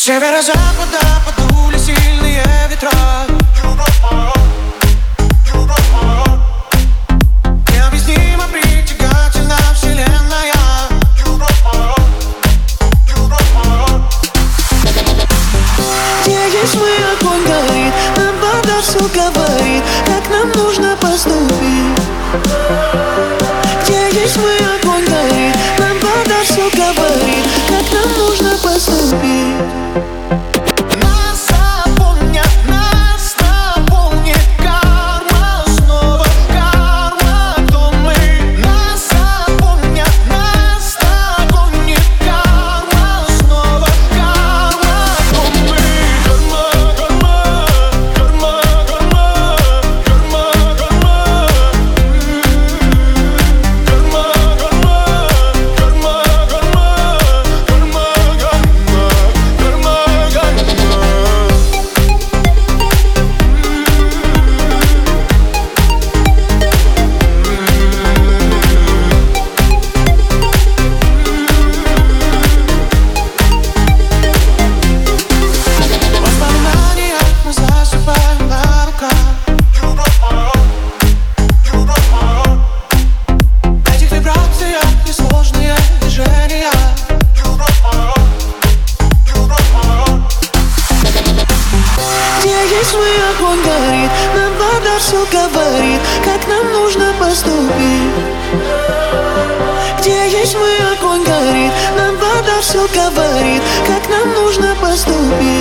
северо-запада подули сильные ветра. Необъяснимо притягательна вселенная. Где есть мы, огонь горит, нам вода все говорит, как нам нужно поступить. Где есть мы, огонь горит, нам вода все говорит, как нам нужно поступить. Нас наполнит карма, снова карма, кто мы. Нас наполнит карма, снова карма, кто мы. Карма, воспоминания мы засыпаем на руках. В этих вибрациях несложные движения. Где есть мы, огонь горит, нам вода все говорит, как нам нужно поступить. Где есть мы, огонь горит, нам вода все говорит, как нам нужно поступить.